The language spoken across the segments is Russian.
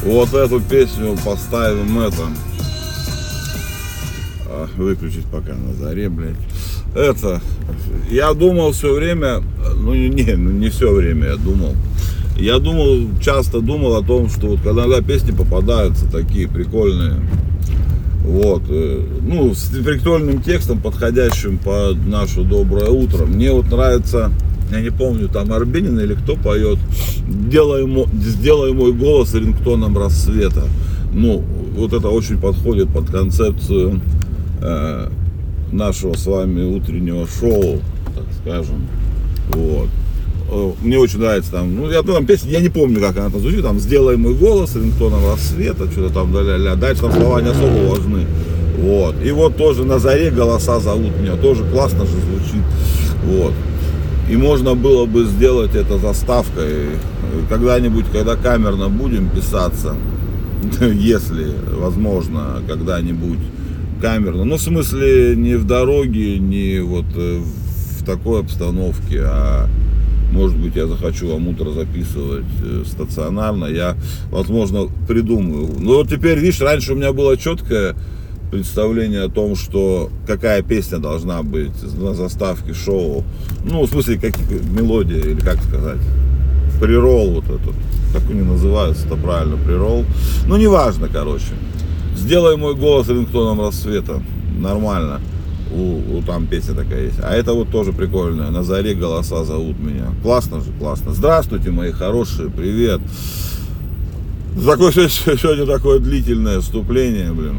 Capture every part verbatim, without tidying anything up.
Вот эту песню поставим это. Выключить пока на заре, блядь. Это, я думал все время, ну не, ну не все время я думал. Я думал, часто думал о том, что вот когда иногда песни попадаются такие прикольные, вот, ну, с прикольным текстом, подходящим под наше доброе утро. Мне вот нравится, я не помню, там Арбенин или кто поет, сделай, сделай мой голос рингтоном рассвета. Ну, вот это очень подходит под концепцию э, нашего с вами утреннего шоу, так скажем. Вот. Мне очень нравится там, ну я там песня, я не помню, как она там звучит, там сделай мой голос рингтоном рассвета, что-то там ля-ля-ля, дальше там слова не особо важны. Вот. И вот тоже на заре голоса зовут меня, тоже классно же звучит. Вот. И можно было бы сделать это заставкой. Когда-нибудь, когда камерно будем писаться, если возможно, когда-нибудь камерно. Ну, в смысле, не в дороге, не вот в такой обстановке, а может быть, я захочу вам утро записывать стационарно, я, возможно, придумаю. Но вот теперь, видишь, раньше у меня было четкое представление о том, что какая песня должна быть на заставке шоу. Ну, в смысле, как мелодия, или как сказать, прирол вот этот, как они называются, это правильно, прирол. Ну, неважно, короче. Сделай мой голос рингтоном рассвета. Нормально. У, у там песня такая есть. А это вот тоже прикольная. На заре голоса зовут меня. Классно же, классно. Здравствуйте, мои хорошие, привет. Такое, сегодня такое длительное вступление, блин.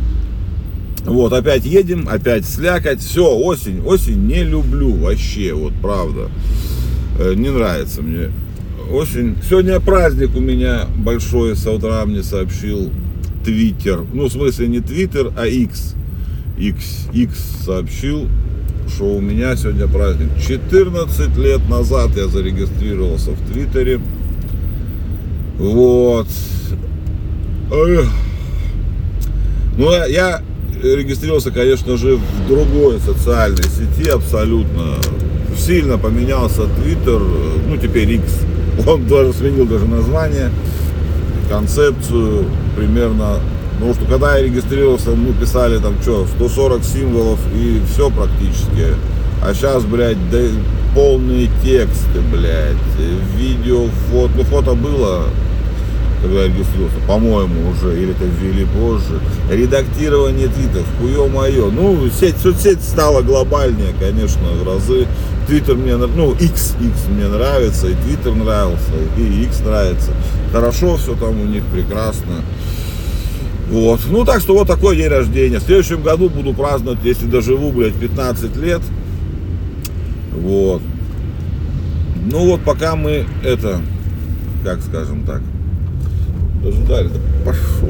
Вот, опять едем, опять слякоть. Все, осень, осень не люблю вообще, вот правда. Не нравится мне осень. Сегодня праздник у меня большой, с утра мне сообщил Твиттер. Ну, в смысле не Твиттер, а X. X, X сообщил, что у меня сегодня праздник. четырнадцать лет назад я зарегистрировался в Твиттере. Вот. Ну, я регистрировался, конечно же, в другой социальной сети абсолютно. Сильно поменялся Твиттер, ну, теперь X. Он даже сменил даже название, концепцию примерно. Потому что когда я регистрировался, мы писали там что, сто сорок символов и все практически. А сейчас, блядь, да, полные тексты, блядь, видео, фото. Ну, фото было, когда я регистрировался, по-моему, уже, или это ввели позже. Редактирование твитов, хуё моё. Ну, сеть, соцсеть стала глобальнее, конечно, в разы. Твиттер мне, ну, X, X мне нравится, и Твиттер нравился, и X нравится. Хорошо все там у них, прекрасно. Вот. Ну, так что вот такой день рождения. В следующем году буду праздновать, если доживу, блядь, пятнадцать лет. Вот. Ну, вот пока мы это, как скажем так, дожидали, пошел.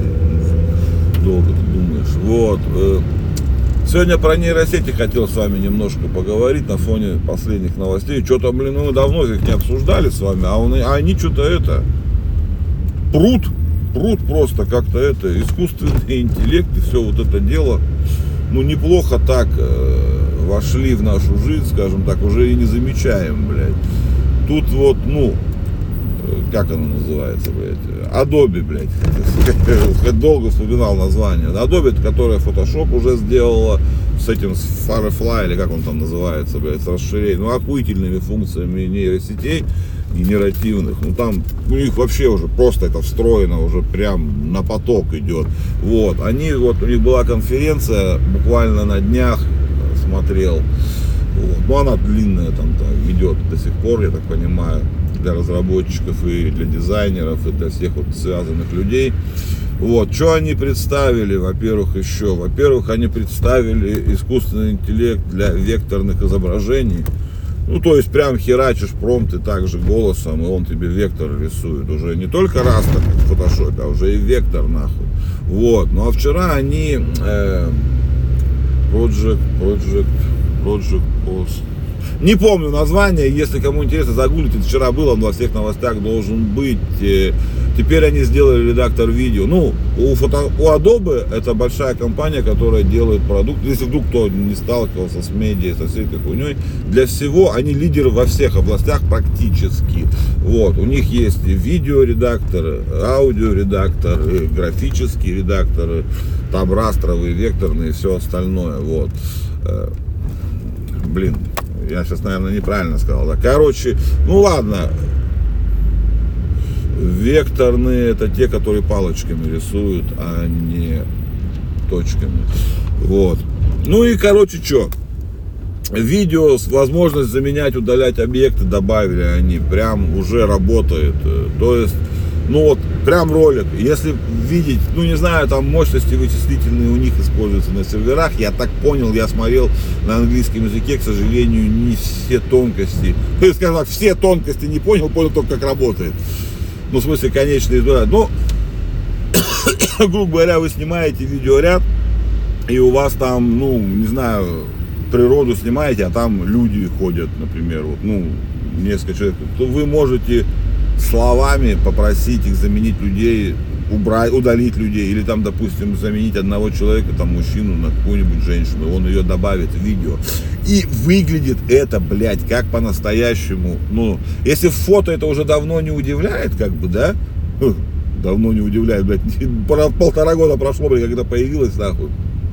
Долго ты думаешь. Вот. Сегодня про нейросети хотел с вами немножко поговорить на фоне последних новостей. Что-то, блин, мы давно их не обсуждали с вами, а, он, а они что-то это, прут. Прут просто как-то это, искусственный интеллект и все вот это дело, ну, неплохо так э, вошли в нашу жизнь, скажем так, уже и не замечаем, блядь. Тут вот, ну, как оно называется, блядь, Adobe, блядь, долго вспоминал название. Adobe, которая Photoshop уже сделала с этим, с Firefly, или как он там называется, блядь, с расширением, ну, охуительными функциями нейросетей генеративных, ну там у них вообще уже просто это встроено, уже прям на поток идет. Вот, они, вот у них была конференция буквально на днях, смотрел, вот. Ну она длинная там, там идет до сих пор, я так понимаю, для разработчиков и для дизайнеров, и для всех вот связанных людей. Вот, что они представили, во-первых, еще, во-первых, они представили искусственный интеллект для векторных изображений. Ну, то есть, прям херачишь промпты также голосом, и он тебе вектор рисует. Уже не только растер, как в фотошопе, а уже и вектор, нахуй. Вот. Ну, а вчера они... Э, Project, Project, Project Post, Не помню название, если кому интересно, загуглите, вчера было, он во всех новостях должен быть. Теперь они сделали редактор видео. Ну, у, фото, у Adobe это большая компания, которая делает продукт. Если вдруг кто не сталкивался с медиа, со всей этой хуйней, для всего они лидеры во всех областях практически. Вот, у них есть видеоредакторы, аудиоредакторы, графические редакторы, там растровые, векторные и все остальное. Вот. Блин, я сейчас, наверное, неправильно сказал. Да? Короче, ну ладно. Векторные это те, которые палочками рисуют, а не точками. Вот. Ну и короче, что? Видео, возможность заменять, удалять объекты добавили они. Прям уже работает. То есть, ну вот, прям ролик. Если видеть, ну не знаю, там мощности вычислительные у них используются на серверах. Я так понял, я смотрел на английском языке, к сожалению, не все тонкости. Ну, скажем так, все тонкости не понял, понял только, как работает. Ну, в смысле, конечный результат. Ну, грубо говоря, вы снимаете видеоряд, и у вас там, ну, не знаю, природу снимаете, а там люди ходят, например, вот, ну, несколько человек. То вы можете словами попросить их заменить людей, убрать, удалить людей, или там, допустим, заменить одного человека, там, мужчину на какую-нибудь женщину, он ее добавит в видео. И выглядит это, блядь, как по-настоящему. Ну, если в фото это уже давно не удивляет, как бы, да? Давно не удивляет, блядь. Полтора года прошло, блядь, когда появилась, нахуй,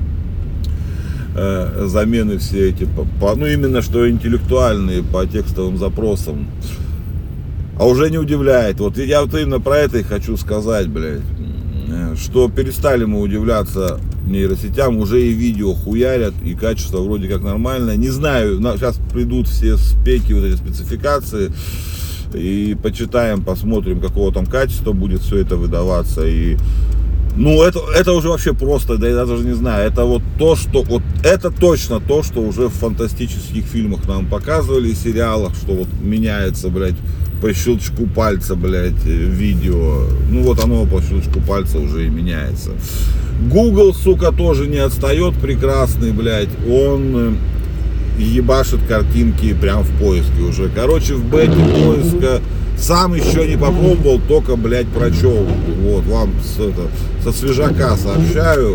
э, замены все эти, по, ну, именно что интеллектуальные по текстовым запросам. А уже не удивляет. Вот я вот именно про это и хочу сказать, блядь. Что перестали мы удивляться нейросетям, уже и видео хуярят, и качество вроде как нормальное. Не знаю, сейчас придут все спеки, вот эти спецификации, и почитаем, посмотрим, какого там качества будет все это выдаваться. И ну это, это уже вообще просто, да я даже не знаю, это вот то, что, вот это точно то, что уже в фантастических фильмах нам показывали, сериалах, что вот меняется, блядь, по щелчку пальца, блядь, видео. Ну вот оно по щелчку пальца уже и меняется. Google, сука, тоже не отстает, прекрасный, блядь. Он ебашит картинки прям в поиске уже. Короче, в бете поиска сам еще не попробовал, только, блядь, прочел. Вот, вам с, это, со свежака сообщаю.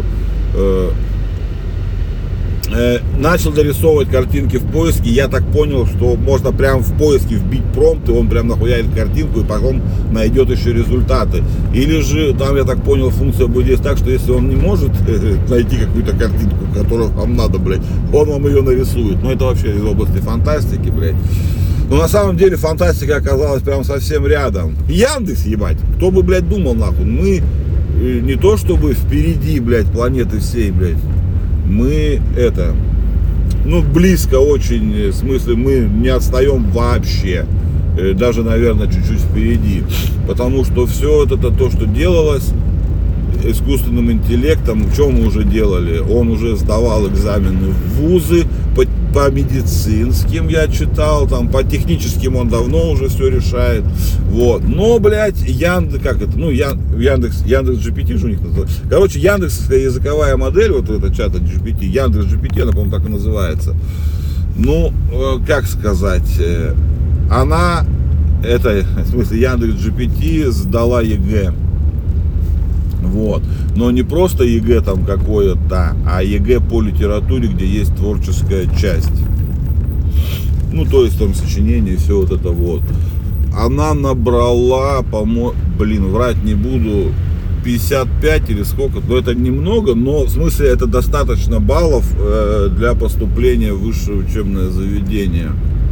Начал дорисовывать картинки в поиске, я так понял, что можно прям в поиске вбить промпт, и он прям нахуярит картинку, и потом найдет еще результаты. Или же, там, я так понял, функция будет здесь так, что если он не может найти какую-то картинку, которую вам надо, блядь, он вам ее нарисует. Ну, это вообще из области фантастики, блядь. Но на самом деле фантастика оказалась прям совсем рядом. Яндекс, ебать, кто бы, блядь, думал, нахуй, мы не то чтобы впереди, блядь, планеты всей, блядь. Мы это, ну, близко очень, в смысле, мы не отстаем вообще, даже, наверное, чуть-чуть впереди, потому что все это то, что делалось искусственным интеллектом, что мы уже делали, он уже сдавал экзамены в вузы, по, по медицинским я читал, там, по техническим он давно уже все решает, вот, но, блядь, Яндекс, как это, ну, Яндекс, Яндекс джи пи ти же у них называется, короче, Яндексская языковая модель, вот эта чата джи пи ти, Яндекс джи пи ти, она, по-моему, так и называется, ну, как сказать, она, это, в смысле, Яндекс джи пи ти сдала ЕГЭ. Вот. Но не просто ЕГЭ там какое-то, а ЕГЭ по литературе, где есть творческая часть. Ну, то есть там сочинение и все вот это вот. Она набрала, по-моему, блин, врать не буду, пятьдесят пять или сколько, ну это немного, но в смысле это достаточно баллов э, для поступления в высшее учебное заведение.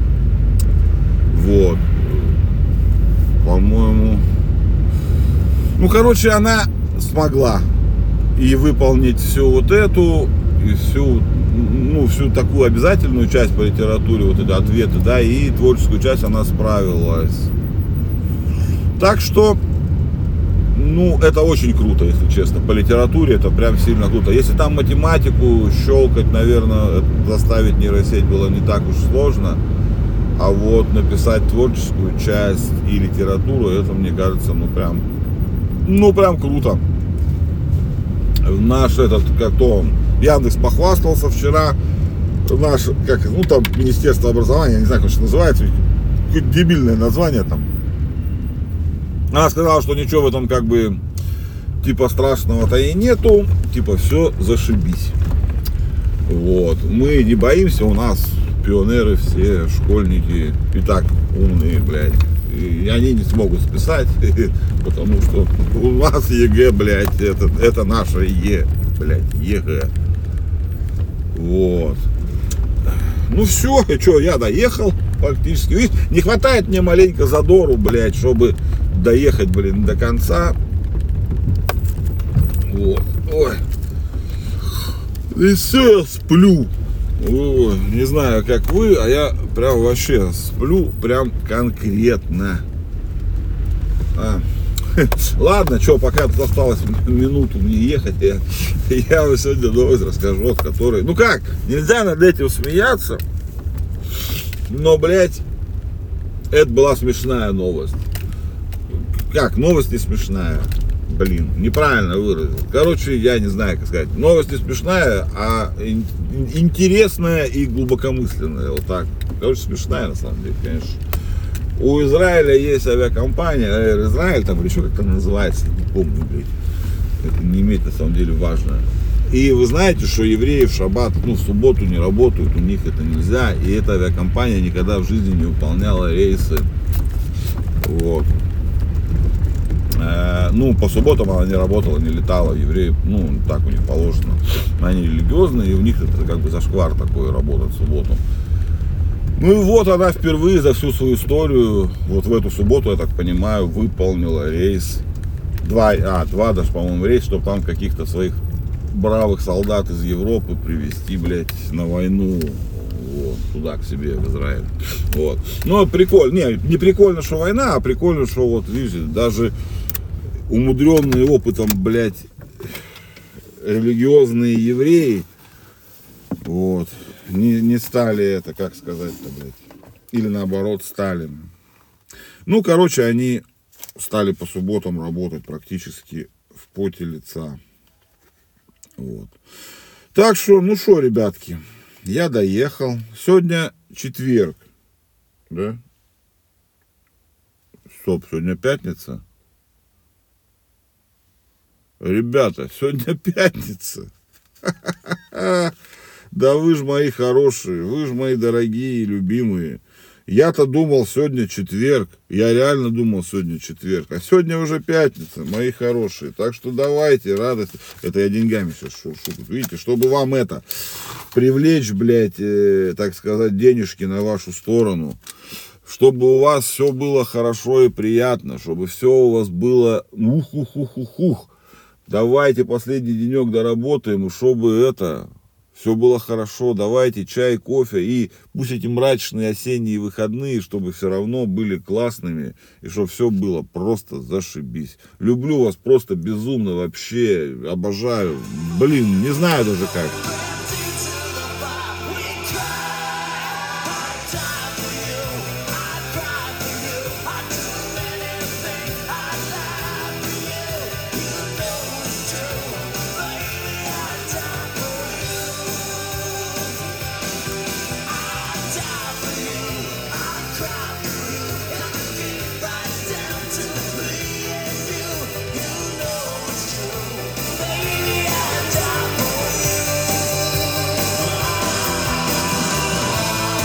Вот. По-моему. Ну, короче, она смогла и выполнить всю вот эту, и всю, ну, всю такую обязательную часть по литературе, вот это ответы, да, и творческую часть она справилась. Так что, ну, это очень круто, если честно. По литературе это прям сильно круто. Если там математику щелкать, наверное, заставить нейросеть было не так уж сложно. А вот написать творческую часть и литературу, это, мне кажется, ну, прям, ну, прям круто. Наш этот, как то, Яндекс похвастался вчера, наш, как, ну там Министерство образования, не знаю, как это называется, какое-то дебильное название там. Она сказала, что ничего в этом как бы типа страшного-то и нету, типа все зашибись. Вот, мы не боимся, у нас пионеры все, школьники и так умные, блядь. И они не смогут списать, потому что у нас ЕГЭ, блядь, это, это наше Е, блядь, ЕГЭ. Вот. Ну все, и что, я доехал фактически. Видишь, не хватает мне маленько задору, блядь, чтобы доехать, блин, до конца. Вот. Ой. И все, я сплю. Ой, не знаю, как вы, а я прям вообще сплю прям конкретно. А. Ладно, что, пока тут осталось минуту мне ехать, я, я вам сегодня новость расскажу, от которой, ну как, нельзя над этим смеяться, но, блядь, это была смешная новость. Как, новость не смешная, блин, неправильно выразил. Короче, я не знаю, как сказать, новость не смешная, а интересная и глубокомысленная, вот так. Короче, смешная на самом деле, конечно. У Израиля есть авиакомпания Air Israel, там или еще как-то называется, не помню, блядь. Это не имеет на самом деле важно. И вы знаете, что евреи в шаббат, ну в субботу не работают, у них это нельзя. И эта авиакомпания никогда в жизни не выполняла рейсы. Вот. Э, ну, по субботам она не работала, не летала. Евреи, ну, так у них положено. Они религиозные, и у них это как бы зашквар такой, работать в субботу. Ну и вот она впервые за всю свою историю, вот в эту субботу, я так понимаю, выполнила рейс, два, а, два даже, по-моему, рейс, чтобы там каких-то своих бравых солдат из Европы привезти, блядь, на войну, вот, туда, к себе, в Израиль. Вот. Ну, прикольно, не, не прикольно, что война, а прикольно, что вот, видите, даже умудренные опытом, блядь, религиозные евреи, вот, Не, не стали это, как сказать-то, блядь, или наоборот стали. Ну, короче, они стали по субботам работать практически в поте лица. Вот. Так что, ну что, ребятки, я доехал. Сегодня четверг, да? Стоп, сегодня пятница. Ребята, сегодня пятница. Да вы ж мои хорошие, вы ж мои дорогие и любимые. Я-то думал, сегодня четверг. Я реально думал, сегодня четверг. А сегодня уже пятница, мои хорошие. Так что давайте, радость. Это я деньгами сейчас шутку. Видите, чтобы вам это привлечь, блядь, э, так сказать, денежки на вашу сторону. Чтобы у вас все было хорошо и приятно. Чтобы все у вас было ух-ух-ух-ух-ух. Давайте последний денек доработаем, и чтобы это... Все было хорошо, давайте чай, кофе, и пусть эти мрачные осенние выходные, чтобы все равно были классными, и чтобы все было просто зашибись. Люблю вас просто безумно вообще, обожаю, блин, не знаю даже как.